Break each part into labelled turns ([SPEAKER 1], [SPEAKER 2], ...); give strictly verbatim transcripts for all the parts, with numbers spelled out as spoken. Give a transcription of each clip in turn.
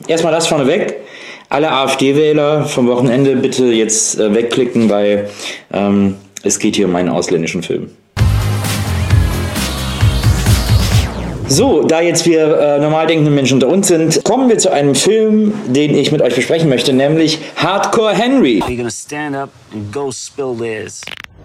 [SPEAKER 1] erstmal das vorneweg. Alle AfD-Wähler vom Wochenende bitte jetzt äh, wegklicken, weil ähm, es geht hier um einen ausländischen Film. So, da jetzt wir äh, normal denkende Menschen unter uns sind, kommen wir zu einem Film, den ich mit euch besprechen möchte, nämlich Hardcore Henry. You're gonna stand up and go spill this.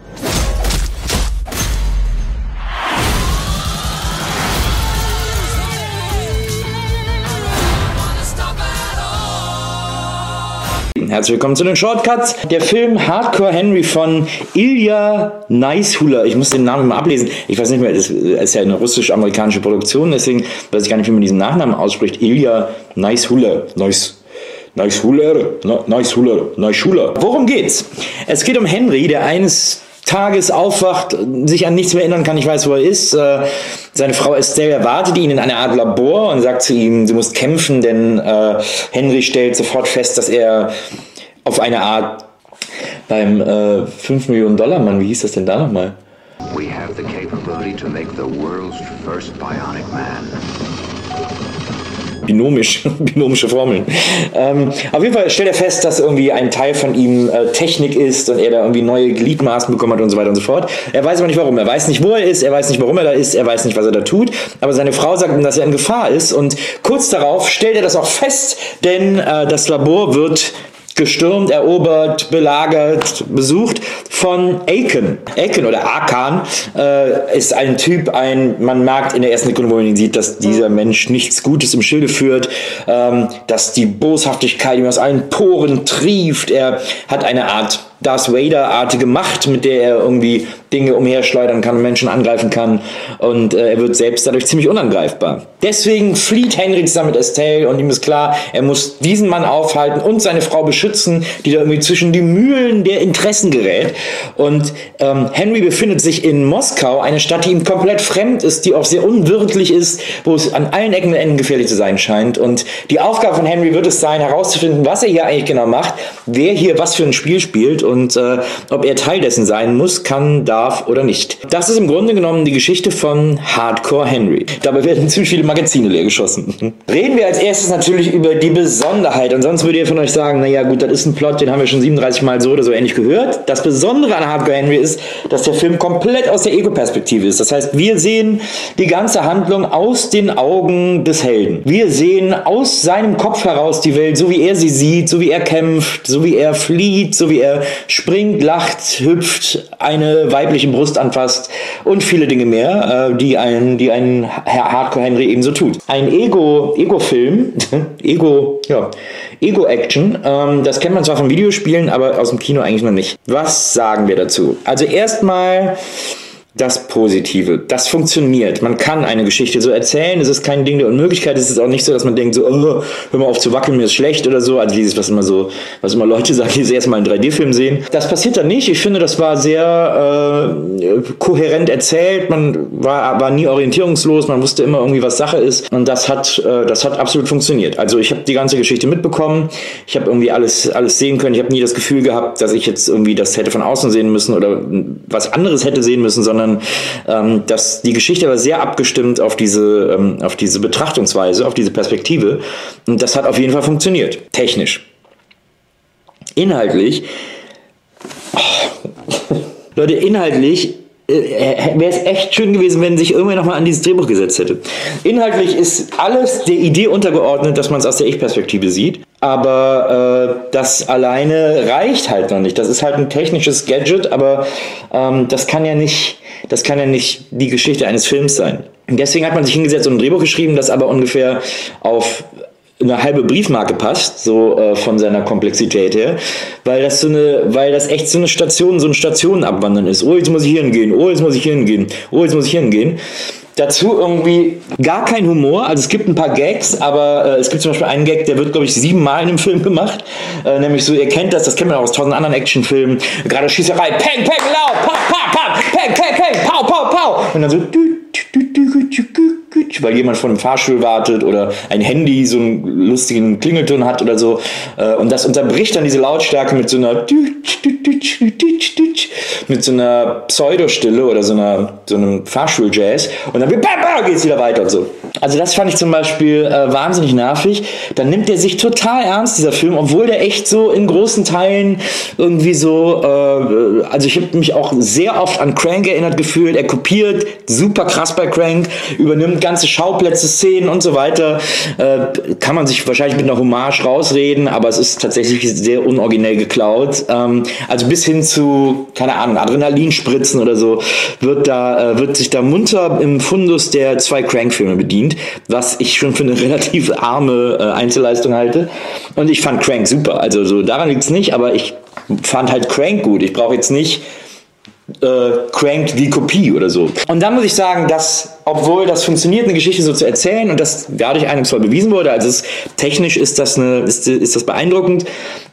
[SPEAKER 1] Herzlich willkommen zu den Shortcuts. Der Film Hardcore Henry von Ilya Naishuller. Ich muss den Namen mal ablesen. Ich weiß nicht mehr, es ist ja eine russisch-amerikanische Produktion, deswegen weiß ich gar nicht, wie man diesen Nachnamen ausspricht. Ilya Naishuller. Neis. Naishuller. Naishuller. Naishuller. Worum geht's? Es geht um Henry, der eines Tages aufwacht, sich an nichts mehr erinnern kann, ich weiß, wo er ist. Äh, seine Frau Estelle erwartet ihn in einer Art Labor und sagt zu ihm, du musst kämpfen, denn äh, Henry stellt sofort fest, dass er auf eine Art beim äh, fünf Millionen Dollar Mann, wie hieß das denn da nochmal? We have the capability to make the world's first bionic man. Binomisch, binomische Formeln. Ähm, auf jeden Fall stellt er fest, dass irgendwie ein Teil von ihm äh, Technik ist und er da irgendwie neue Gliedmaßen bekommen hat und so weiter und so fort. Er weiß aber nicht warum. Er weiß nicht, wo er ist, er weiß nicht, warum er da ist, er weiß nicht, was er da tut. Aber seine Frau sagt ihm, dass er in Gefahr ist und kurz darauf stellt er das auch fest, denn äh, das Labor wird gestürmt, erobert, belagert, besucht von Akan. Akan oder Akan äh, ist ein Typ, ein, man merkt in der ersten Sekunde, wo man ihn sieht, dass dieser Mensch nichts Gutes im Schilde führt, ähm, dass die Boshaftigkeit ihm aus allen Poren trieft. Er hat eine Art Darth Vader-artige Macht, mit der er irgendwie Dinge umherschleudern kann und Menschen angreifen kann und äh, er wird selbst dadurch ziemlich unangreifbar. Deswegen flieht Henry zusammen mit Estelle und ihm ist klar, er muss diesen Mann aufhalten und seine Frau beschützen, die da irgendwie zwischen die Mühlen der Interessen gerät. Und ähm, Henry befindet sich in Moskau, eine Stadt, die ihm komplett fremd ist, die auch sehr unwirtlich ist, wo es an allen Ecken und Enden gefährlich zu sein scheint. Und die Aufgabe von Henry wird es sein, herauszufinden, was er hier eigentlich genau macht, wer hier was für ein Spiel spielt und äh, ob er Teil dessen sein muss, kann, darf oder nicht. Das ist im Grunde genommen die Geschichte von Hardcore Henry. Dabei werden ziemlich viele Magazine leer geschossen. Reden wir als erstes natürlich über die Besonderheit. Und sonst würde ihr von euch sagen, naja gut, das ist ein Plot, den haben wir schon siebenunddreißig Mal so oder so ähnlich gehört. Das Besondere an Hardcore Henry ist, dass der Film komplett aus der Ego-Perspektive ist. Das heißt, wir sehen die ganze Handlung aus den Augen des Helden. Wir sehen aus seinem Kopf heraus die Welt, so wie er sie sieht, so wie er kämpft, so wie er flieht, so wie er springt, lacht, hüpft, eine weibliche Brust anfasst und viele Dinge mehr, äh, die ein, die ein Hardcore Henry ebenso tut. Ein Ego, Ego-Film, Ego, ja, Ego-Action, ähm, das kennt man zwar von Videospielen, aber aus dem Kino eigentlich noch nicht. Was sagen wir dazu? Also erstmal das Positive. Das funktioniert. Man kann eine Geschichte so erzählen. Es ist kein Ding der Unmöglichkeit. Es ist auch nicht so, dass man denkt, so, oh, hör mal auf zu wackeln, mir ist schlecht oder so. Also dieses, was immer so, was immer Leute sagen, die erstmal einen drei D-Film sehen. Das passiert dann nicht. Ich finde, das war sehr äh, kohärent erzählt. Man war, war nie orientierungslos. Man wusste immer irgendwie, was Sache ist. Und das hat, äh, das hat absolut funktioniert. Also ich habe die ganze Geschichte mitbekommen. Ich habe irgendwie alles, alles sehen können. Ich habe nie das Gefühl gehabt, dass ich jetzt irgendwie das hätte von außen sehen müssen oder was anderes hätte sehen müssen, sondern Ähm, dass die Geschichte war sehr abgestimmt auf diese, ähm, auf diese Betrachtungsweise, auf diese Perspektive. Und das hat auf jeden Fall funktioniert. Technisch. Inhaltlich. Oh. Leute, inhaltlich äh, wäre es echt schön gewesen, wenn sich irgendwer nochmal an dieses Drehbuch gesetzt hätte. Inhaltlich ist alles der Idee untergeordnet, dass man es aus der Ich-Perspektive sieht. Aber äh, das alleine reicht halt noch nicht. Das ist halt ein technisches Gadget, aber ähm, das kann ja nicht, das kann ja nicht die Geschichte eines Films sein. Und deswegen hat man sich hingesetzt und ein Drehbuch geschrieben, das aber ungefähr auf eine halbe Briefmarke passt, so äh, von seiner Komplexität her, weil das so eine, weil das echt so eine Station, so ein Stationenabwandern ist. Oh, jetzt muss ich hier hingehen, oh, jetzt muss ich hier hingehen, oh, jetzt muss ich hier hingehen. Dazu irgendwie gar kein Humor, also es gibt ein paar Gags, aber äh, es gibt zum Beispiel einen Gag, der wird, glaube ich, siebenmal in dem Film gemacht, äh, nämlich so, ihr kennt das, das kennt man auch aus tausend anderen Actionfilmen, gerade Schießerei, peng, peng, laut, pap, pap, pap, peng, peng, peng, pau, pau, pau, und dann so, dü, dü, dü, dü, dü, dü, weil jemand vor einem Fahrstuhl wartet oder ein Handy so einen lustigen Klingelton hat oder so. Und das unterbricht dann diese Lautstärke mit so einer mit so einer Pseudostille oder so einer so einem Fahrstuhl-Jazz und dann geht es wieder weiter und so. Also das fand ich zum Beispiel äh, wahnsinnig nervig. Dann nimmt er sich total ernst, dieser Film, obwohl der echt so in großen Teilen irgendwie so, äh, also ich habe mich auch sehr oft an Crank erinnert gefühlt. Er kopiert super krass bei Crank, übernimmt ganze Schauplätze, Szenen und so weiter. Äh, kann man sich wahrscheinlich mit einer Hommage rausreden, aber es ist tatsächlich sehr unoriginell geklaut. Ähm, also bis hin zu, keine Ahnung, Adrenalinspritzen oder so, wird da, äh, wird sich da munter im Fundus der zwei Crank-Filme bedient, was ich schon für eine relativ arme äh, Einzelleistung halte. Und ich fand Crank super. Also so daran liegt es nicht, aber ich fand halt Crank gut. Ich brauche jetzt nicht äh, Crank die Kopie oder so. Und dann muss ich sagen, dass, obwohl das funktioniert, eine Geschichte so zu erzählen und das dadurch eindrucksvoll bewiesen wurde, also es, technisch ist das, eine, ist, ist das beeindruckend,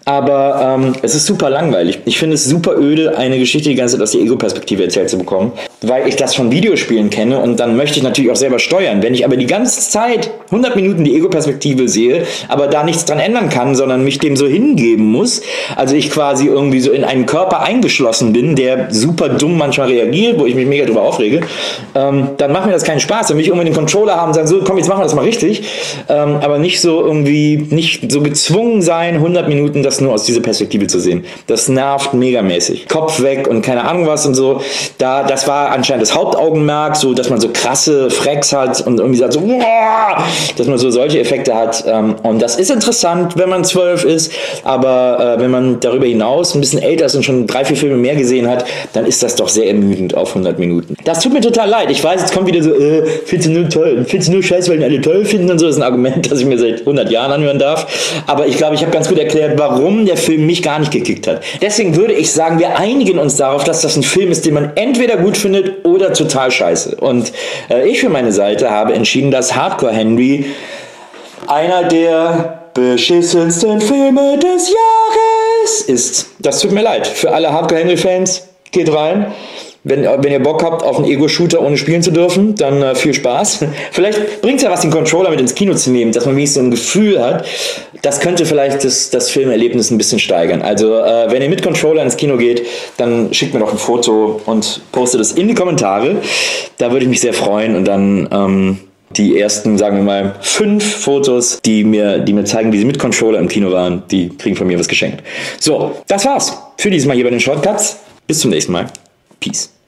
[SPEAKER 1] aber ähm, es ist super langweilig. Ich finde es super öde, eine Geschichte die ganze Zeit aus der Ego-Perspektive erzählt zu bekommen, weil ich das von Videospielen kenne und dann möchte ich natürlich auch selber steuern. Wenn ich aber die ganze Zeit hundert Minuten die Ego-Perspektive sehe, aber da nichts dran ändern kann, sondern mich dem so hingeben muss, also ich quasi irgendwie so in einen Körper eingeschlossen bin, der super dumm manchmal reagiert, wo ich mich mega drüber aufrege, ähm, dann macht mir das keinen Spaß. Dann will ich irgendwie den Controller haben und sagen, so komm, jetzt machen wir das mal richtig, ähm, aber nicht so irgendwie, nicht so gezwungen sein, hundert Minuten das nur aus dieser Perspektive zu sehen. Das nervt megamäßig. Kopf weg und keine Ahnung was und so. Da, das war anscheinend das Hauptaugenmerk, so, dass man so krasse Fracks hat und irgendwie sagt so, Uah! Dass man so solche Effekte hat. Ähm, und das ist interessant, wenn man zwölf ist, aber äh, wenn man darüber hinaus ein bisschen älter ist und schon drei, vier Filme mehr gesehen hat, dann ist das doch sehr ermüdend auf hundert Minuten. Das tut mir total leid. Ich weiß, jetzt kommt wieder so, äh, findest du nur toll, findest du nur scheiße, weil ihn alle toll finden und so. Das ist ein Argument, das ich mir seit hundert Jahren anhören darf. Aber ich glaube, ich habe ganz gut erklärt, warum der Film mich gar nicht gekickt hat. Deswegen würde ich sagen, wir einigen uns darauf, dass das ein Film ist, den man entweder gut findet oder total scheiße. Und äh, ich für meine Seite habe entschieden, dass Hardcore Henry einer der beschissensten Filme des Jahres ist. Das tut mir leid. Für alle Hardcore Henry Fans, geht rein. Wenn, wenn ihr Bock habt auf einen Ego-Shooter ohne spielen zu dürfen, dann äh, viel Spaß. Vielleicht bringt es ja was, den Controller mit ins Kino zu nehmen, dass man wenigstens so ein Gefühl hat. Das könnte vielleicht das, das Filmerlebnis ein bisschen steigern. Also äh, wenn ihr mit Controller ins Kino geht, dann schickt mir doch ein Foto und postet es in die Kommentare. Da würde ich mich sehr freuen und dann ähm, die ersten, sagen wir mal, fünf Fotos, die mir, die mir zeigen, wie sie mit Controller im Kino waren, die kriegen von mir was geschenkt. So, das war's für dieses Mal hier bei den Shortcuts. Bis zum nächsten Mal. Peace.